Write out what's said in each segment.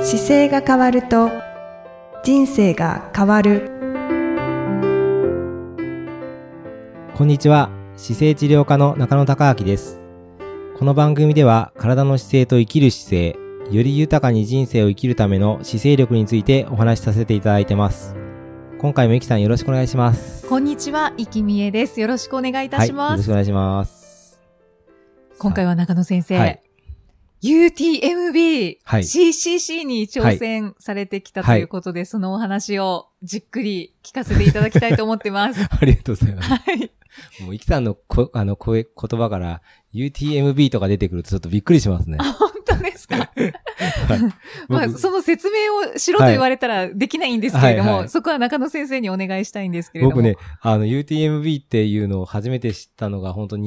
姿勢が変わると人生が変わる。 こんにちは。姿勢治療科の中野孝明です。この番組では体の姿勢と生きる姿勢、より豊かに人生を生きるための姿勢力についてお話しさせていただいてます。今回もいきさんよろしくお願いします。 こんにちは、いきみえです。よろしくお願いいたします。 はい、よろしくお願いします。 今回は中野先生、 はい、 UTMB、 はい、 CCC に挑戦されてきたということで、はい、そのお話をじっくり聞かせていただきたいと思ってます。 ありがとうございます。 はい。 もういきさんの言葉から UTMB とか出てくるとちょっとびっくりしますね。 あ、本当ですか。はい、まあ、その説明をしろと言われたらできないんですけれども、はいはいはい、そこは中野先生にお願いしたいんですけれども。 僕ね、UTMB っていうのを初めて知ったのが本当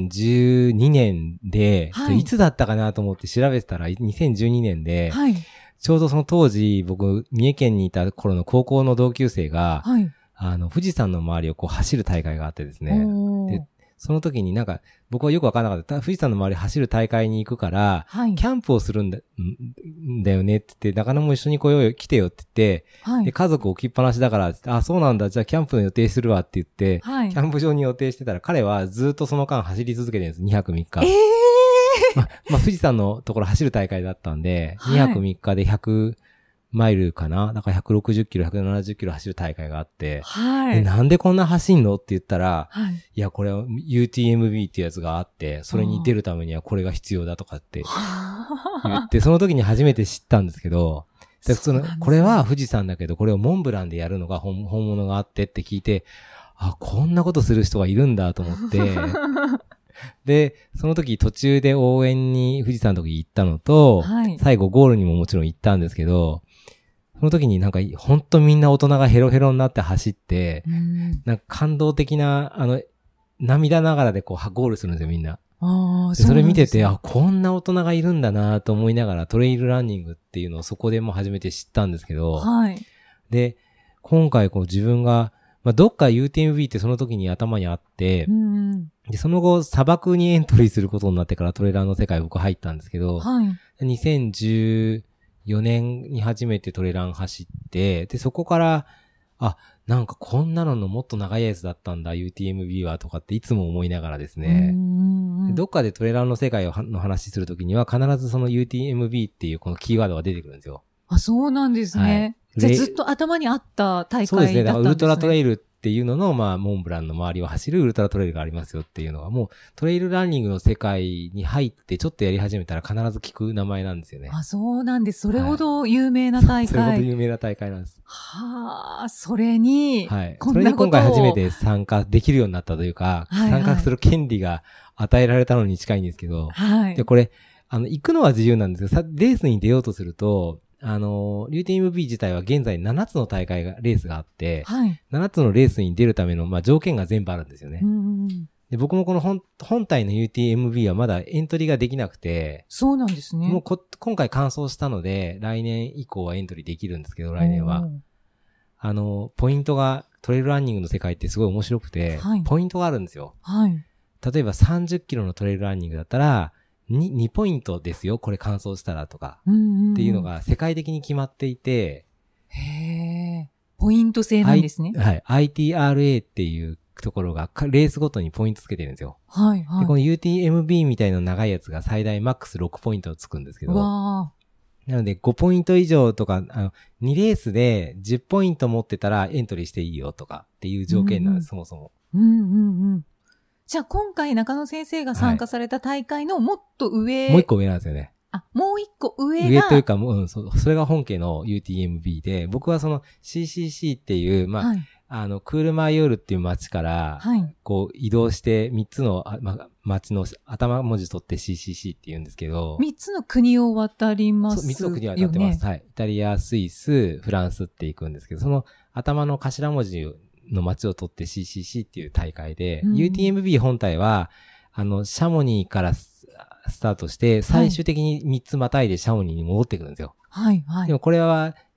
2012年で、はい、いつだったかなと思って調べてたら2012年で、はい、ちょうどその当時僕、三重県にいた頃の高校の同級生が、はい、富士山の周りをこう走る大会があってですね。で、その時になんか僕はよくわからなかった。富士山の周り走る大会に行くから、はい、キャンプをするんだよねって言って、中野も一緒に来てよって言って、はい、で、家族置きっぱなしだから、あ、そうなんだ、じゃあキャンプの予定するわって言って、はい、キャンプ場に予定してたら、彼はずっとその間走り続けてるんです。2泊3日。まあ、富士山のところ走る大会だったんで、2泊3日で100マイルかな、だから160キロ、170キロ走る大会があって、はい、なんでこんな走んのって言ったら、はい、いや、これは UTMB っていうやつがあって、それに出るためにはこれが必要だとかって言って、その時に初めて知ったんですけど、これは富士山だけど、これをモンブランでやるのが本物があってって聞いて、あ、こんなことする人がいるんだと思って、で、その時途中で応援に富士山の時行ったのと、はい、最後ゴールにももちろん行ったんですけど、その時になんかほんとみんな大人がヘロヘロになって走って、なんか感動的な、涙ながらでこうゴールするんですよみんな。それ見てて、あ、こんな大人がいるんだなと思いながらトレイルランニングっていうのをそこでも初めて知ったんですけど、はい、で、今回こう自分が、まあ、どっか UTMB ってその時に頭にあって、で、その後砂漠にエントリーすることになってからトレーラーの世界僕入ったんですけど、はい、2014年に初めてトレラン走って、で、そこから、あ、なんかこんなのもっと長いやつだったんだ、UTMB はとかっていつも思いながらですね。でどっかでトレランの世界の話するときには必ずその UTMB っていうこのキーワードが出てくるんですよ。 あ、そうなんですね。はい、じゃあずっと頭にあった大会だったんですね。そうですね。だからウルトラトレイルっていうのの、まあ、モンブランの周りを走るウルトラトレイルがありますよっていうのが、もうトレイルランニングの世界に入ってちょっとやり始めたら必ず聞く名前なんですよね。あ、そうなんです。それほど有名な大会。 それほど有名な大会なんです。 はあ、それに、 はい。それに今回初めて参加できるようになったというか、はいはい、参加する権利が与えられたのに近いんですけど、はい。で、これ、行くのは自由なんですけど、レースに出ようとすると、UTMB 自体は現在7つのレースがあって、はい、7つのレースに出るための、まあ、条件が全部あるんですよね。で僕もこの本体の UTMB はまだエントリーができなくて、 そうなんですね。 もう今回完走したので、来年以降はエントリーできるんですけど、来年は。ポイントが、トレイルランニングの世界ってすごい面白くて、はい、ポイントがあるんですよ。はい、例えば30キロのトレイルランニングだったら、2ポイントですよ、これ完走したらとか、っていうのが世界的に決まっていて、 へー、ポイント制なんですね。 はい。ITRA っていうところがレースごとにポイントつけてるんですよ。はい、はい。で、この UTMB みたいな長いやつが最大マックス6ポイントつくんですけど、なので5ポイント以上とか、2レースで10ポイント持ってたらエントリーしていいよとかっていう条件なんです、そもそも。 じゃあ今回中野先生が参加された大会のもっと上、 もう一個上なんですよね。 あ、もう一個上が。 上というか、それが本家の UTMB で、僕はその CCC っていう、まあ、はい、クールマイヨールっていう街から、はい、こう移動して3つの、街の頭文字取って CCC って言うんですけど。 3つの国を渡りますよね。 3つの国を渡ってます。はい。イタリア、スイス、フランスって行くんですけど、その頭の頭文字の街を取って CCC っていう大会で、UTMB 本体は、シャモニーからスタートして、最終的に3つまたいでシャモニーに戻ってくるんですよ。はい、はい。でもこれは、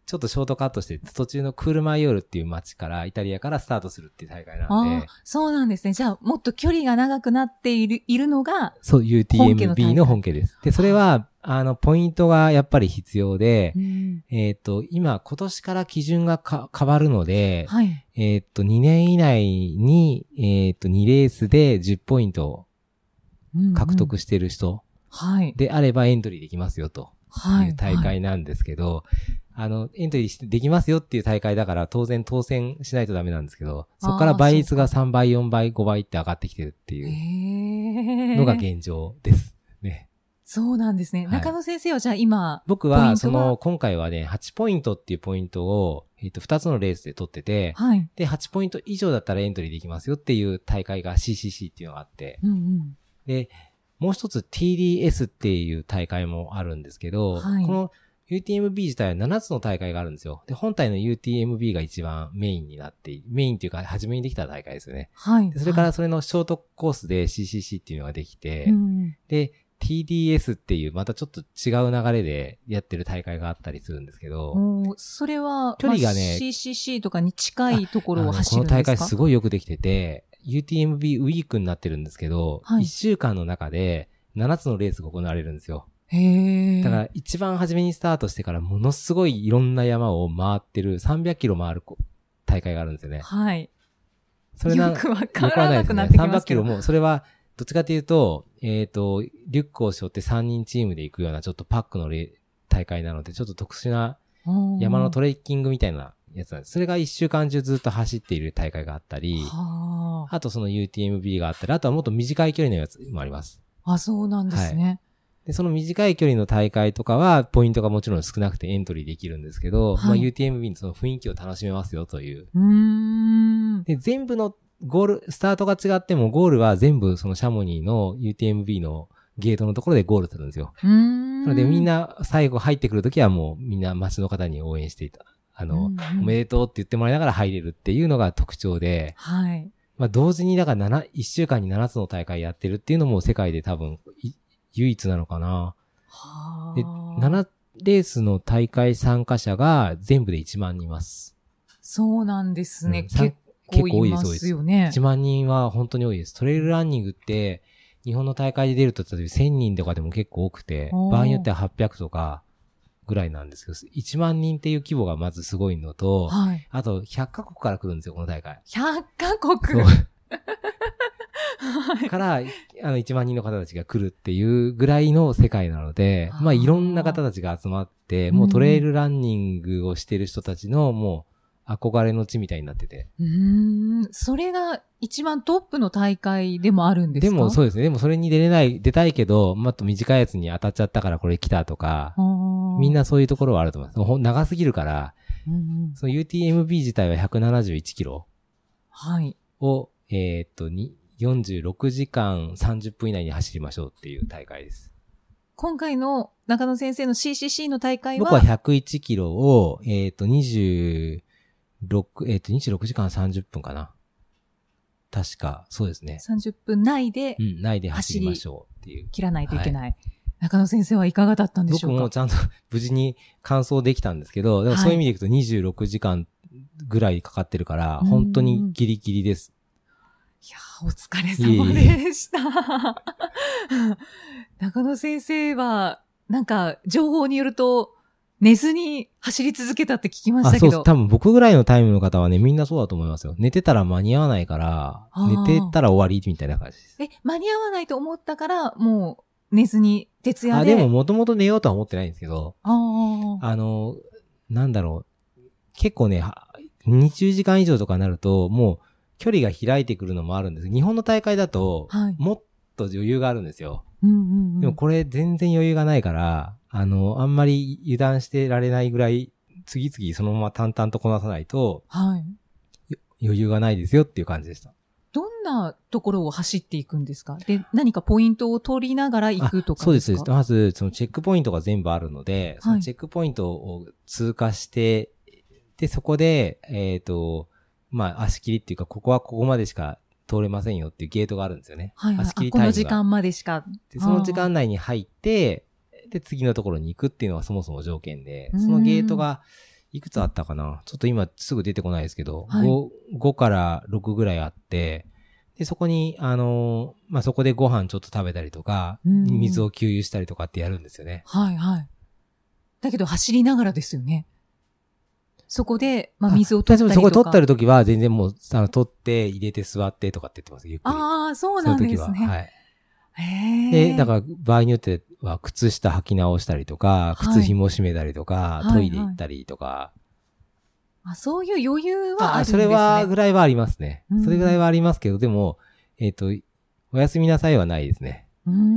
ちょっとショートカットして、途中のクールマイオールっていう街から、イタリアからスタートするっていう大会なんで。 そうなんですね。じゃあ、もっと距離が長くなっているのが、 そう、UTMB の本家です。で、それは、ポイントがやっぱり必要で、今年から基準が変わるので、はい、2年以内に、2レースで10ポイントを獲得している人であればエントリーできますよという大会なんですけど、エントリーしてできますよっていう大会だから当然当選しないとダメなんですけど、そこから倍率が3倍、4倍、5倍って上がってきてるっていうのが現状ですね。 そうなんですね。はい、中野先生はじゃあ今、 僕は今回はね、8ポイントっていうポイントを、2つのレースで取ってて、はい、で、8ポイント以上だったらエントリーできますよっていう大会が CCC っていうのがあって、で、もう一つ TDS っていう大会もあるんですけど、はい、このUTMB 自体は7つの大会があるんですよ。で、本体の UTMB が一番メインになって、メインっていうか初めにできた大会ですよね。はい。それからそれのショートコースで CCC っていうのができて、で、TDS っていうまたちょっと違う流れでやってる大会があったりするんですけど、 それは、 距離がね、 CCC とかに近いところを走るんですか？ この大会すごいよくできてて、UTMB ウィークになってるんですけど、はい、1週間の中で7つのレースが行われるんですよ。だから一番初めにスタートしてからものすごいいろんな山を回ってる300キロ回る大会があるんですよね。はい。 それよくわからなくなってきますけど。 300キロも、それはどっちかというと、リュックを背負って3人チームで行くようなちょっとパックの大会なので、ちょっと特殊な山のトレッキングみたいなやつなんです。それが1週間中ずっと走っている大会があったり、あとその UTMB があったり、あとはもっと短い距離のやつもあります。 そうなんですね。はい、 で、その短い距離の大会とかは、ポイントがもちろん少なくてエントリーできるんですけど、はい、UTMB のその雰囲気を楽しめますよという。で、全部のゴール、スタートが違っても、ゴールは全部そのシャモニーの UTMB のゲートのところでゴールするんですよ。なのでみんな最後入ってくるときはもうみんな街の方に応援していた。おめでとうって言ってもらいながら入れるっていうのが特徴で、はい。同時にだから1週間に7つの大会やってるっていうのも世界で多分唯一なのかな。で、7レースの大会参加者が全部で1万人います。 そうなんですね。結構いますよね。 1万人は本当に多いです。トレイルランニングって、日本の大会で出ると、例えば1000人とかでも結構多くて、場合によっては800とかぐらいなんですけど、1万人っていう規模がまずすごいのと、はい、あと100カ国から来るんですよ、この大会。 100カ国から1万人の方たちが来るっていうぐらいの世界なので、いろんな方たちが集まって、もうトレイルランニングをしてる人たちのもう憧れの地みたいになってて。 それが一番トップの大会でもあるんですか？ でもそうですね。でもそれに出たいけど、もっと短いやつに当たっちゃったからこれ来たとか、みんなそういうところはあると思います。長すぎるから、その UTMB 自体は171キロを、46時間30分以内に走りましょうっていう大会です。 今回の中野先生の CCC の大会は僕は101キロを、26時間30分かな。確か、そうですね。 30分内で、 内で走りましょうっていう。 切らないといけない。はい、中野先生はいかがだったんでしょうか？ 僕もちゃんと無事に完走できたんですけど、でもそういう意味でいくと26時間ぐらいかかってるから、本当にギリギリです。 いやー、お疲れ様でした。中野先生は、なんか、情報によると、寝ずに走り続けたって聞きましたけど。 そう、多分僕ぐらいのタイムの方はね、みんなそうだと思いますよ。寝てたら間に合わないから、寝てたら終わりみたいな感じです。 間に合わないと思ったから、もう寝ずに徹夜で。 でももともと寝ようとは思ってないんですけど、なんだろう。結構ね、20時間以上とかになると、もう距離が開いてくるのもあるんです。日本の大会だと、もっと余裕があるんですよ。でもこれ全然余裕がないから、あんまり油断してられないぐらい、次々そのまま淡々とこなさないと、余裕がないですよっていう感じでした。 どんなところを走っていくんですか？で、何かポイントを取りながら行くとかですか？ そうです。まず、そのチェックポイントが全部あるので、そのチェックポイントを通過して、で、そこで、足切りっていうか、ここはここまでしか通れませんよっていうゲートがあるんですよね。足切りタイムが。この時間までしか。 で、その時間内に入って、で、次のところに行くっていうのはそもそも条件で、そのゲートがいくつあったかな、ちょっと今すぐ出てこないですけど、はい、5から6ぐらいあって、で、そこに、まあ、そこでご飯ちょっと食べたりとか、水を給油したりとかってやるんですよね。 はいはい。だけど走りながらですよね。そこで、まあ、水を取ったりとか。 そこ取ってる時は全然もう、取って入れて座ってとかって言ってます、ゆっくり。 ああ、そうなんですね。はい。 で、だから場合によっては靴下履き直したりとか、靴紐締めたりとか、トイレ行ったりとか。 あ、そういう余裕はあるんですね。 それはぐらいはありますね。それぐらいはありますけど、でも、おやすみなさいはないですね。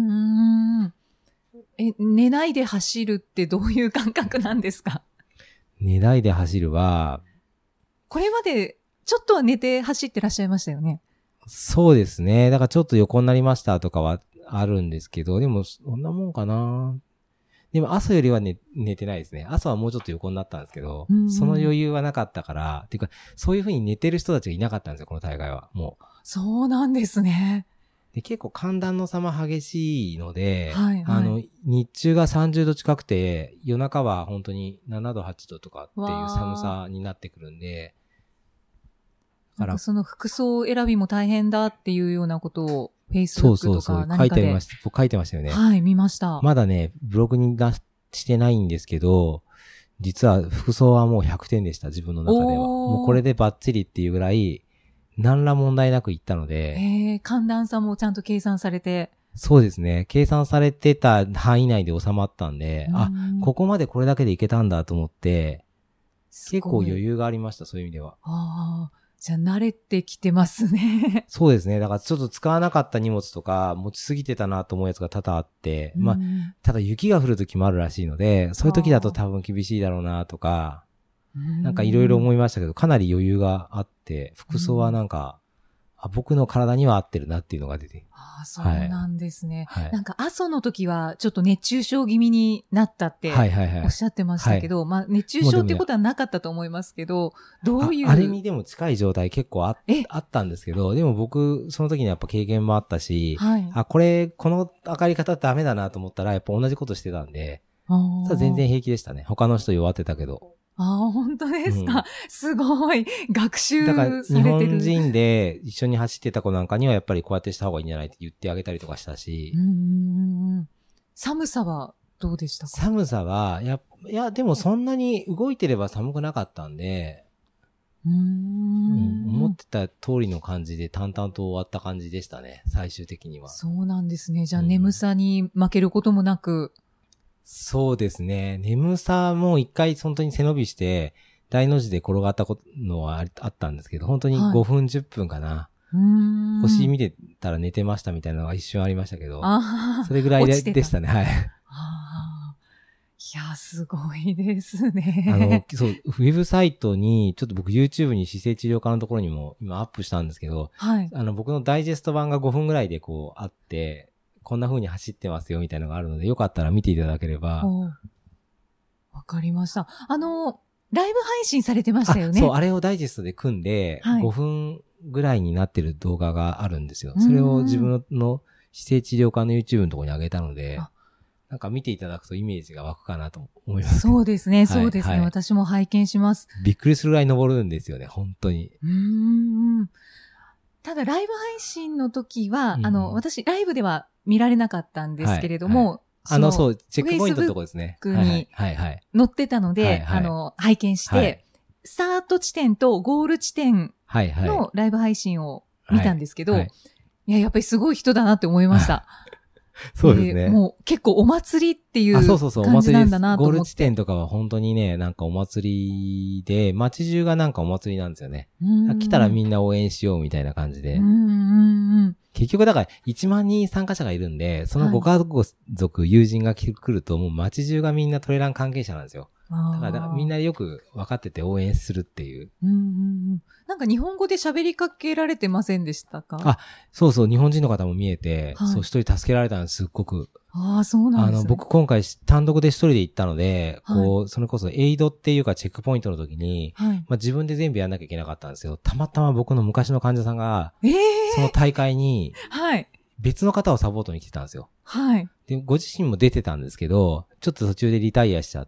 寝ないで走るってどういう感覚なんですか？ 寝ないで走るは、 これまでちょっとは寝て走ってらっしゃいましたよね。 そうですね。だからちょっと横になりましたとかはあるんですけど、でもそんなもんかな。でも朝よりは寝てないですね。朝はもうちょっと横になったんですけど、その余裕はなかったから、っていうか、そういう風に寝てる人たちがいなかったんですよ、この大会は。もう。 そうなんですね。 で、結構寒暖の差も激しいので、 はいはい、 日中が30度近くて、夜中は本当に7度、8度とかっていう寒さになってくるんで、 だからその服装選びも大変だっていうようなことを、Facebook とか何かで。 書いてましたよね。 はい、見ました。 まだね、ブログに出してないんですけど、実は服装はもう100点でした、自分の中では。もうこれでバッチリっていうぐらい、何ら問題なくいったので。 寒暖差もちゃんと計算されて。 そうですね。計算されてた範囲内で収まったんで、ここまでこれだけでいけたんだと思って、結構余裕がありました、そういう意味では。 じゃあ慣れてきてますね。 そうですね。だからちょっと使わなかった荷物とか持ちすぎてたなと思うやつが多々あって、まあ、ただ雪が降る時もあるらしいので、そういう時だと多分厳しいだろうなとか、なんかいろいろ思いましたけど、かなり余裕があって、服装はなんか、僕の体には合ってるなっていうのが出て。 そうなんですね。はい、なんか阿蘇の時はちょっと熱中症気味になったっておっしゃってましたけど、まあ熱中症っていうことはなかったと思いますけど、どういう。 あれにでも近い状態結構あったんですけど、でも僕、その時にやっぱ経験もあったし、この上がり方ダメだなと思ったら、やっぱ同じことしてたんで、全然平気でしたね。他の人弱ってたけど。 本当ですか、すごい。学習されてる。 だから日本人で一緒に走ってた子なんかにはやっぱりこうやってした方がいいんじゃないって言ってあげたりとかしたし。 寒さはどうでしたか？ 寒さは、いや、でもそんなに動いてれば寒くなかったんで、思ってた通りの感じで淡々と終わった感じでしたね、最終的には。 そうなんですね。じゃあ眠さに負けることもなく。 そうですね。眠さも一回本当に背伸びして、大の字で転がったのはあったんですけど、本当に5分、10分かな。星見てたら寝てましたみたいなのが一瞬ありましたけど、それぐらいでしたね。はい。 いや、すごいですね。 そう、ウェブサイトに、ちょっと僕 YouTube に姿勢治療科のところにも今アップしたんですけど、僕のダイジェスト版が5分ぐらいでこうあって、こんな風に走ってますよみたいなのがあるので、よかったら見ていただければ。 わかりました。ライブ配信されてましたよね。 そう、あれをダイジェストで組んで、5分ぐらいになってる動画があるんですよ。それを自分の姿勢治療科の YouTube のところに上げたので、なんか見ていただくとイメージが湧くかなと思います。 そうですね、そうですね。私も拝見します。 びっくりするぐらい登るんですよね、本当に。 ただ、ライブ配信の時は、私、ライブでは見られなかったんですけれども、 そう、チェックポイントのとこですね。 に載ってたので、拝見して、スタート地点とゴール地点のライブ配信を見たんですけど、いや、やっぱりすごい人だなって思いました。 そうですね。 もう結構お祭りっていう感じなんだなと思って。 ゴール地点とかは本当にね、なんかお祭りで、街中がなんかお祭りなんですよね。来たらみんな応援しようみたいな感じで。結局だから1万人参加者がいるんで、そのご家族、友人が来るともう街中がみんなトレラン関係者なんですよ。だからみんなよく分かってて応援するっていう。 なんか日本語で喋りかけられてませんでしたか？ そうそう、日本人の方も見えて、そう、一人助けられたんです、すっごく。 そうなんですね。 僕今回単独で一人で行ったので、こう、それこそエイドっていうかチェックポイントの時に、自分で全部やんなきゃいけなかったんですよ。たまたま僕の昔の患者さんが、その大会に、別の方をサポートに来てたんですよ。 はい。 で、ご自身も出てたんですけど、ちょっと途中でリタイアしちゃって、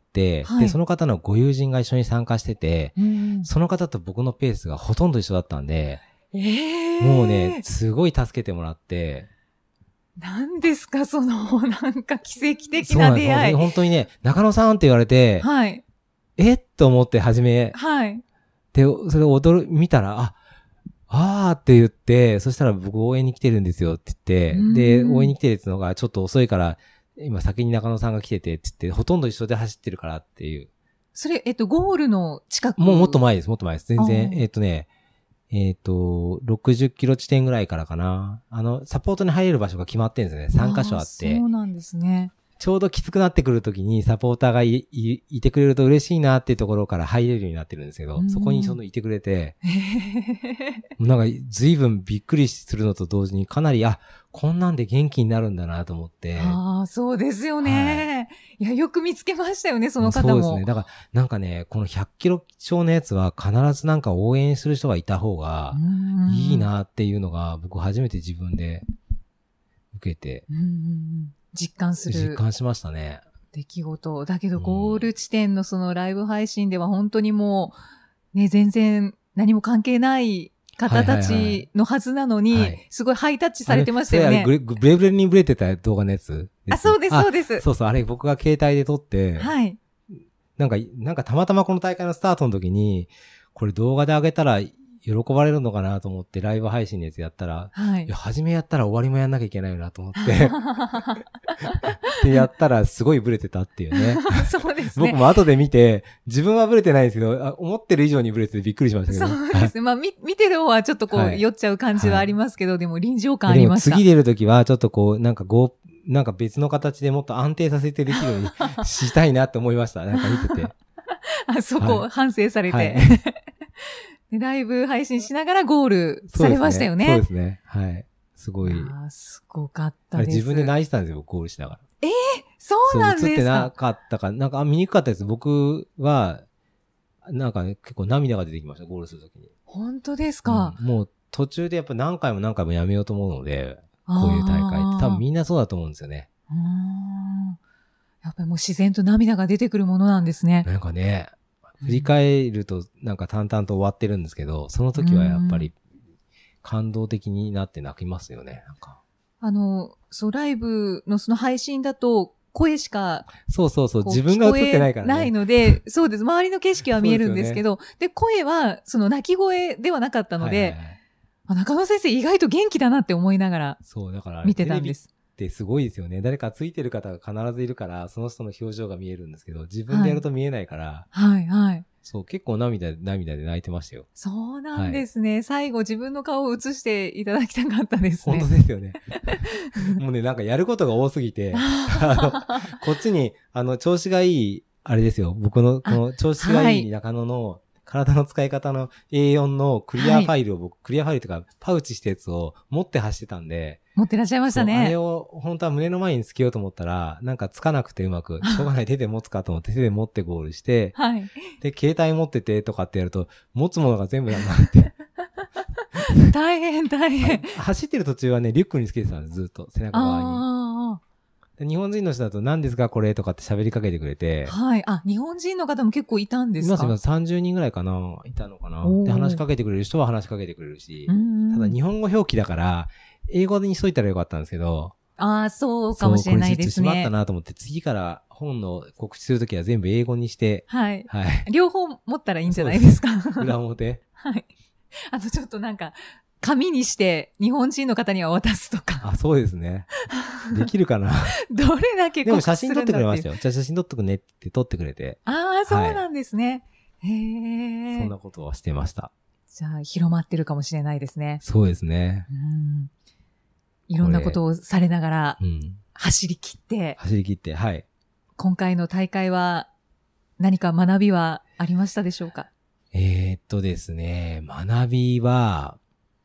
はい、で、その方のご友人が一緒に参加してて、その方と僕のペースがほとんど一緒だったんで、もうね、すごい助けてもらって、 何ですか、なんか奇跡的な出会い。 本当にね、中野さんって言われて、 はい。 と思って初め。 はい。 で、それを見たら、あーって言って、そしたら僕応援に来てるんですよって言って、で、応援に来てるってのがちょっと遅いから、今先に中野さんが来ててって言って、ほとんど一緒で走ってるからっていう。 それ、ゴールの近く？ もっと前です。全然、60キロ地点ぐらいからかな。サポートに入れる場所が決まってるんですよね。3カ所あって。 そうなんですね。 ちょうどきつくなってくるときにサポーターがいてくれると嬉しいなっていうところから入れるようになってるんですけど、そこにいてくれて、なんか随分びっくりするのと同時にかなり、こんなんで元気になるんだなと思って。 そうですよね。はい、いや、よく見つけましたよね、その方も。 そうですね。だから、なんかね、この100キロ超のやつは必ずなんか応援する人がいた方がいいなっていうのが僕初めて自分で受けて。 実感しましたね。 出来事。だけどゴール地点のそのライブ配信では本当にもう、ね、全然何も関係ない方たちのはずなのに、すごいハイタッチされてましたよね。 ブレブレにブレてた動画のやつです。 そうです、そうです。 そうそう、あれ僕が携帯で撮って、 はい。 なんかたまたまこの大会のスタートの時に、これ動画で上げたら、喜ばれるのかなと思ってライブ配信のやつやったら、いや、初めやったら終わりもやんなきゃいけないよなと思って。で、やったらすごいブレてたっていうね。 そうですね。 僕も後で見て、自分はブレてないんですけど、思ってる以上にブレててびっくりしましたけど。 そうですね。まあ、見てる方はちょっと酔っちゃう感じはありますけど、でも臨場感ありました。 でも次出るときはちょっとなんか別の形でもっと安定させてできるようにしたいなって思いました。なんか見てて。 そこ、反省されて。ライブ配信しながらゴールされましたよね。 そうですね。はい。すごい。 すごかったです。 自分で泣いてたんですよ、ゴールしながら。 そうなんですか。 映ってなかったか、なんか見にくかったです。僕は、なんかね、結構涙が出てきました、ゴールするときに。 本当ですか、 もう途中でやっぱ何回もやめようと思うので、こういう大会って多分みんなそうだと思うんですよね。 やっぱりもう自然と涙が出てくるものなんですね。 なんかね、振り返るとなんか淡々と終わってるんですけど、その時はやっぱり感動的になって泣きますよね、なんか。 ライブのその配信だと声しか、 そう、自分が映ってないからね。 ないので、そうです。周りの景色は見えるんですけど、で、声はその泣き声ではなかったので、中野先生意外と元気だなって思いながら、 そうだから見てたんです。 ってすごいですよね。誰かついてる方が必ずいるから、その人の表情が見えるんですけど、自分でやると見えないから。 はいはい。 そう、結構涙で泣いてましたよ。 そうなんですね。最後自分の顔を映していただきたかったですね。 本当ですよね。もうね、なんかやることが多すぎて、こっちに、調子がいい、あれですよ。僕の、この調子がいい中野の、体の使い方の A4 のクリアファイルをクリアファイルとかパウチしたやつを持って走ってたんで。 持ってらっしゃいましたね。 あれを本当は胸の前につけようと思ったら、なんかつかなくてうまく、しょうがない手で持つかと思って手で持ってゴールして、 はい。 で、携帯持っててとかってやると、持つものが全部なくなって。 大変。 走ってる途中はね、リュックにつけてたんです、ずっと背中側に。日本人の人だと何ですかこれとかって喋りかけてくれて。 はい。日本人の方も結構いたんですか？ います。30人ぐらいかな。いたのかな。で、話しかけてくれる人は話しかけてくれるし。ただ日本語表記だから、英語にしといたらよかったんですけど。 そうかもしれないですね。 これしまったなと思って、次から本の告知するときは全部英語にして。 はい。両方持ったらいいんじゃないですか。 裏表。 はい。ちょっとなんか、紙にして日本人の方には渡すとか。 そうですね。できるかな。 どれだけでも写真撮ってくれましたよ。じゃあ写真撮っとくねって撮ってくれて。 そうなんですね。へー。そんなことはしてました。 じゃあ広まってるかもしれないですね。 そうですね。 いろんなことをされながら、走り切って。 はい。 今回の大会は何か学びはありましたでしょうか？ ですね、学びは、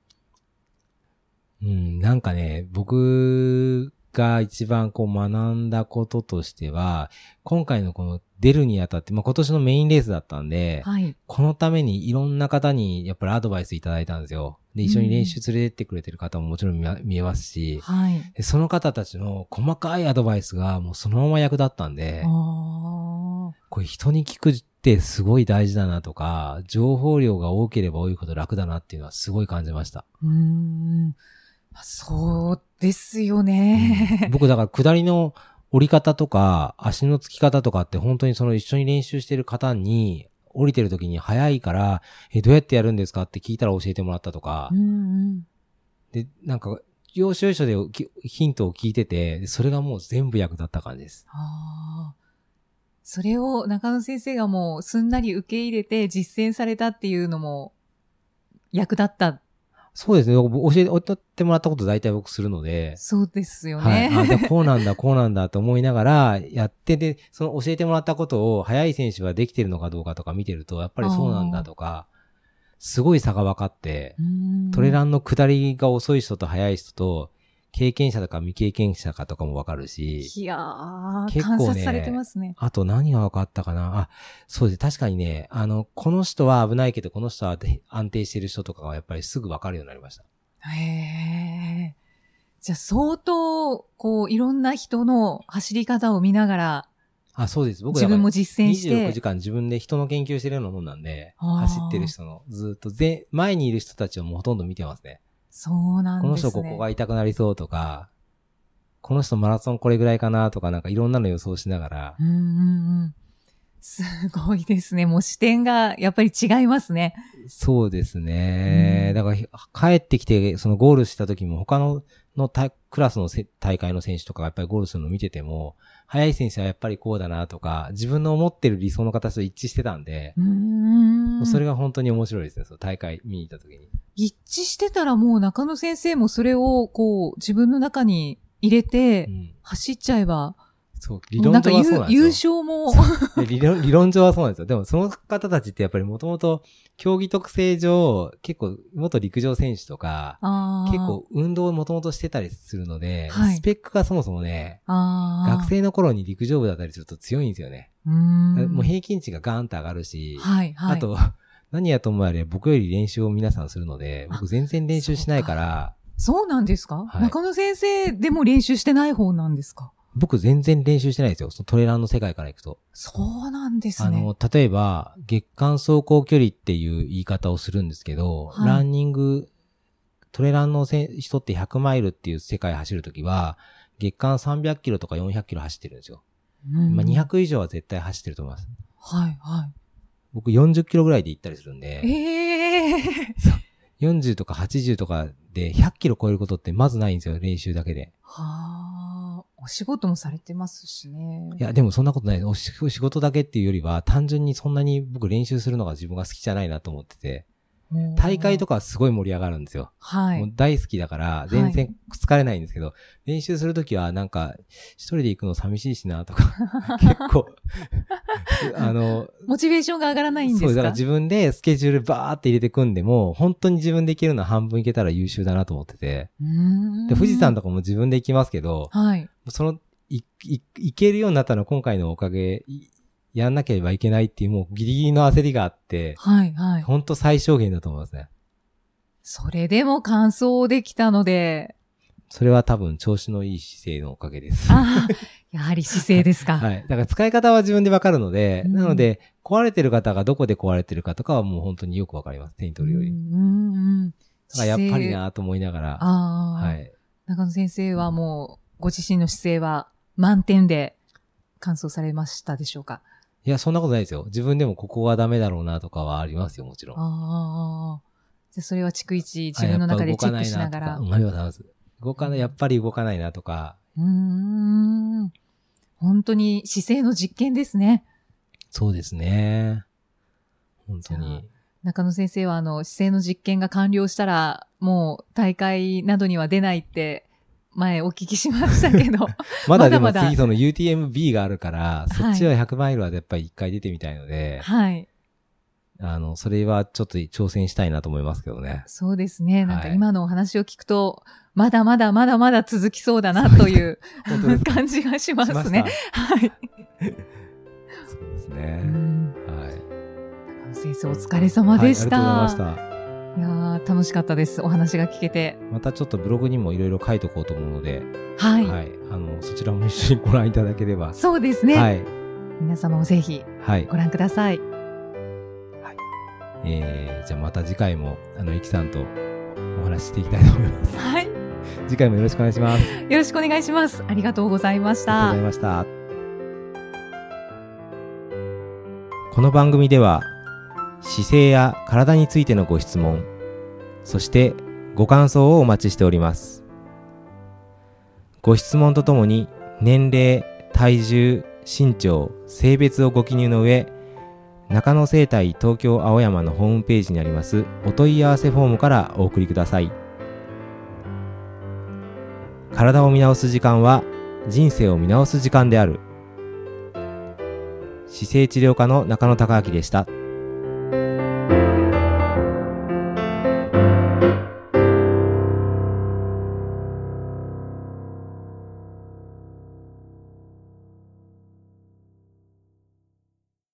なんかね、僕が一番学んだこととしては、今回のこの出るにあたって、今年のメインレースだったんで、このためにいろんな方にやっぱりアドバイスいただいたんですよ。 で、一緒に練習連れてってくれてる方ももちろん見えますし、 はい。 でその方たちの細かいアドバイスがもうそのまま役立ったんで、これ人に聞くってすごい大事だなとか、情報量が多ければ多いほど楽だなっていうのはすごい感じました。 そうですよね。 僕だから下りの降り方とか足のつき方とかって本当にその一緒に練習してる方に降りてる時に早いからどうやってやるんですかって聞いたら教えてもらったとか、でなんか要所要所でヒントを聞いてて、それがもう全部役立った感じです。 それを中野先生がもうすんなり受け入れて実践されたっていうのも役立った。 そうですね。教えてもらったこと大体僕するので。 そうですよね。 はい。でこうなんだ、こうなんだと思いながらやってで、その教えてもらったことを速い選手はできてるのかどうかとか見てると、やっぱりそうなんだとか、すごい差が分かって、トレランの下りが遅い人と速い人と、経験者とか未経験者かとかも分かるし。 いやー、結構ね、観察されてますね。 あと何が分かったかな。そうです。確かにね、この人は危ないけど、この人は安定してる人とかがやっぱりすぐ分かるようになりました。 へー。じゃあ相当、いろんな人の走り方を見ながら、 そうです。僕自分も実践して。 26時間自分で人の研究してるようなもんなんで、走ってる人の、ずっと前にいる人たちをもうほとんど見てますね。 そうなんですね。 この人ここが痛くなりそうとか、この人マラソンこれぐらいかなとかなんかいろんなの予想しながら。 すごいですね。もう視点がやっぱり違いますね。 そうですね。だから帰ってきてそのゴールした時も他のクラスの大会の選手とかがやっぱりゴールするのを見てても、速い選手はやっぱりこうだなとか、自分の思ってる理想の形と一致してたんで、それが本当に面白いですね。その大会見に行った時に。 一致してたらもう中野先生もそれを自分の中に入れて走っちゃえば、 そう、理論上はそうなんですよ。 優勝も理論上はそうなんですよ。でもその方たちってやっぱりもともと競技特性上、結構元陸上選手とか、結構運動をもともとしてたりするので、スペックがそもそもね、学生の頃に陸上部だったりすると強いんですよね。もう平均値がガーンと上がるし、あと、何やともあれ僕より練習を皆さんするので、僕全然練習しないから。 そうなんですか？中野先生でも練習してない方なんですか？ 僕全然練習してないですよ。そのトレランの世界から行くと。 そうなんですね。 例えば、月間走行距離っていう言い方をするんですけど、ランニング、トレランの人って100マイルっていう世界走るときは、月間300キロとか400キロ走ってるんですよ。200以上は絶対走ってると思います。僕40キロぐらいで行ったりするんで。40とか80とかで100キロ超えることってまずないんですよ、練習だけで。 お仕事もされてますしね。 いや、でもそんなことない。仕事だけっていうよりは、単純にそんなに僕練習するのが自分が好きじゃないなと思ってて、大会とかはすごい盛り上がるんですよ。もう大好きだから、全然疲れないんですけど、練習するときはなんか、一人で行くの寂しいしなとか、結構、 モチベーションが上がらないんですか？ そう、だから自分でスケジュールバーって入れてくんでも、本当に自分で行けるのは半分行けたら優秀だなと思ってて。で、富士山とかも自分で行きますけど、行けるようになったのは今回のおかげ、やんなければいけないっていうもうギリギリの焦りがあって、本当最小限だと思いますね。 それでも完走できたので、 それは多分調子のいい姿勢のおかげです。 やはり姿勢ですか。 だから使い方は自分でわかるので、なので壊れてる方がどこで壊れてるかとかはもう本当によくわかります。手に取るより。だからやっぱりなと思いながら。 中野先生はもうご自身の姿勢は満点で完走されましたでしょうか？ いや、そんなことないですよ。自分でもここはダメだろうなとかはありますよ、もちろん。 じゃあそれは逐一自分の中でチェックしながら。 やっぱり動かないなとか。 本当に姿勢の実験ですね。 そうですね。本当に。 中野先生は姿勢の実験が完了したら、もう大会などには出ないって前お聞きしましたけど。 まだでも次その UTMB があるから、そっちは100マイルはやっぱり一回出てみたいので。それはちょっと挑戦したいなと思いますけどね。 そうですね。なんか今のお話を聞くと、まだまだ続きそうだなという感じがしますね。そうですね。 先生お疲れ様でした。 ありがとうございました。 いや楽しかったです。お話が聞けて。 またちょっとブログにもいろいろ書いとこうと思うので、 はい。 はい。そちらも一緒にご覧いただければ。 そうですね。 はい。 皆様もぜひ、ご覧ください。 はい。じゃあまた次回も、イキさんとお話ししていきたいと思います。 はい。 次回もよろしくお願いします。 よろしくお願いします。ありがとうございました。 ありがとうございました。この番組では、姿勢や体についてのご質問、そしてご感想をお待ちしております。ご質問とともに年齢、体重、身長、性別をご記入の上、中野生態東京青山のホームページにありますお問い合わせフォームからお送りください。体を見直す時間は人生を見直す時間である。姿勢治療科の中野孝明でした。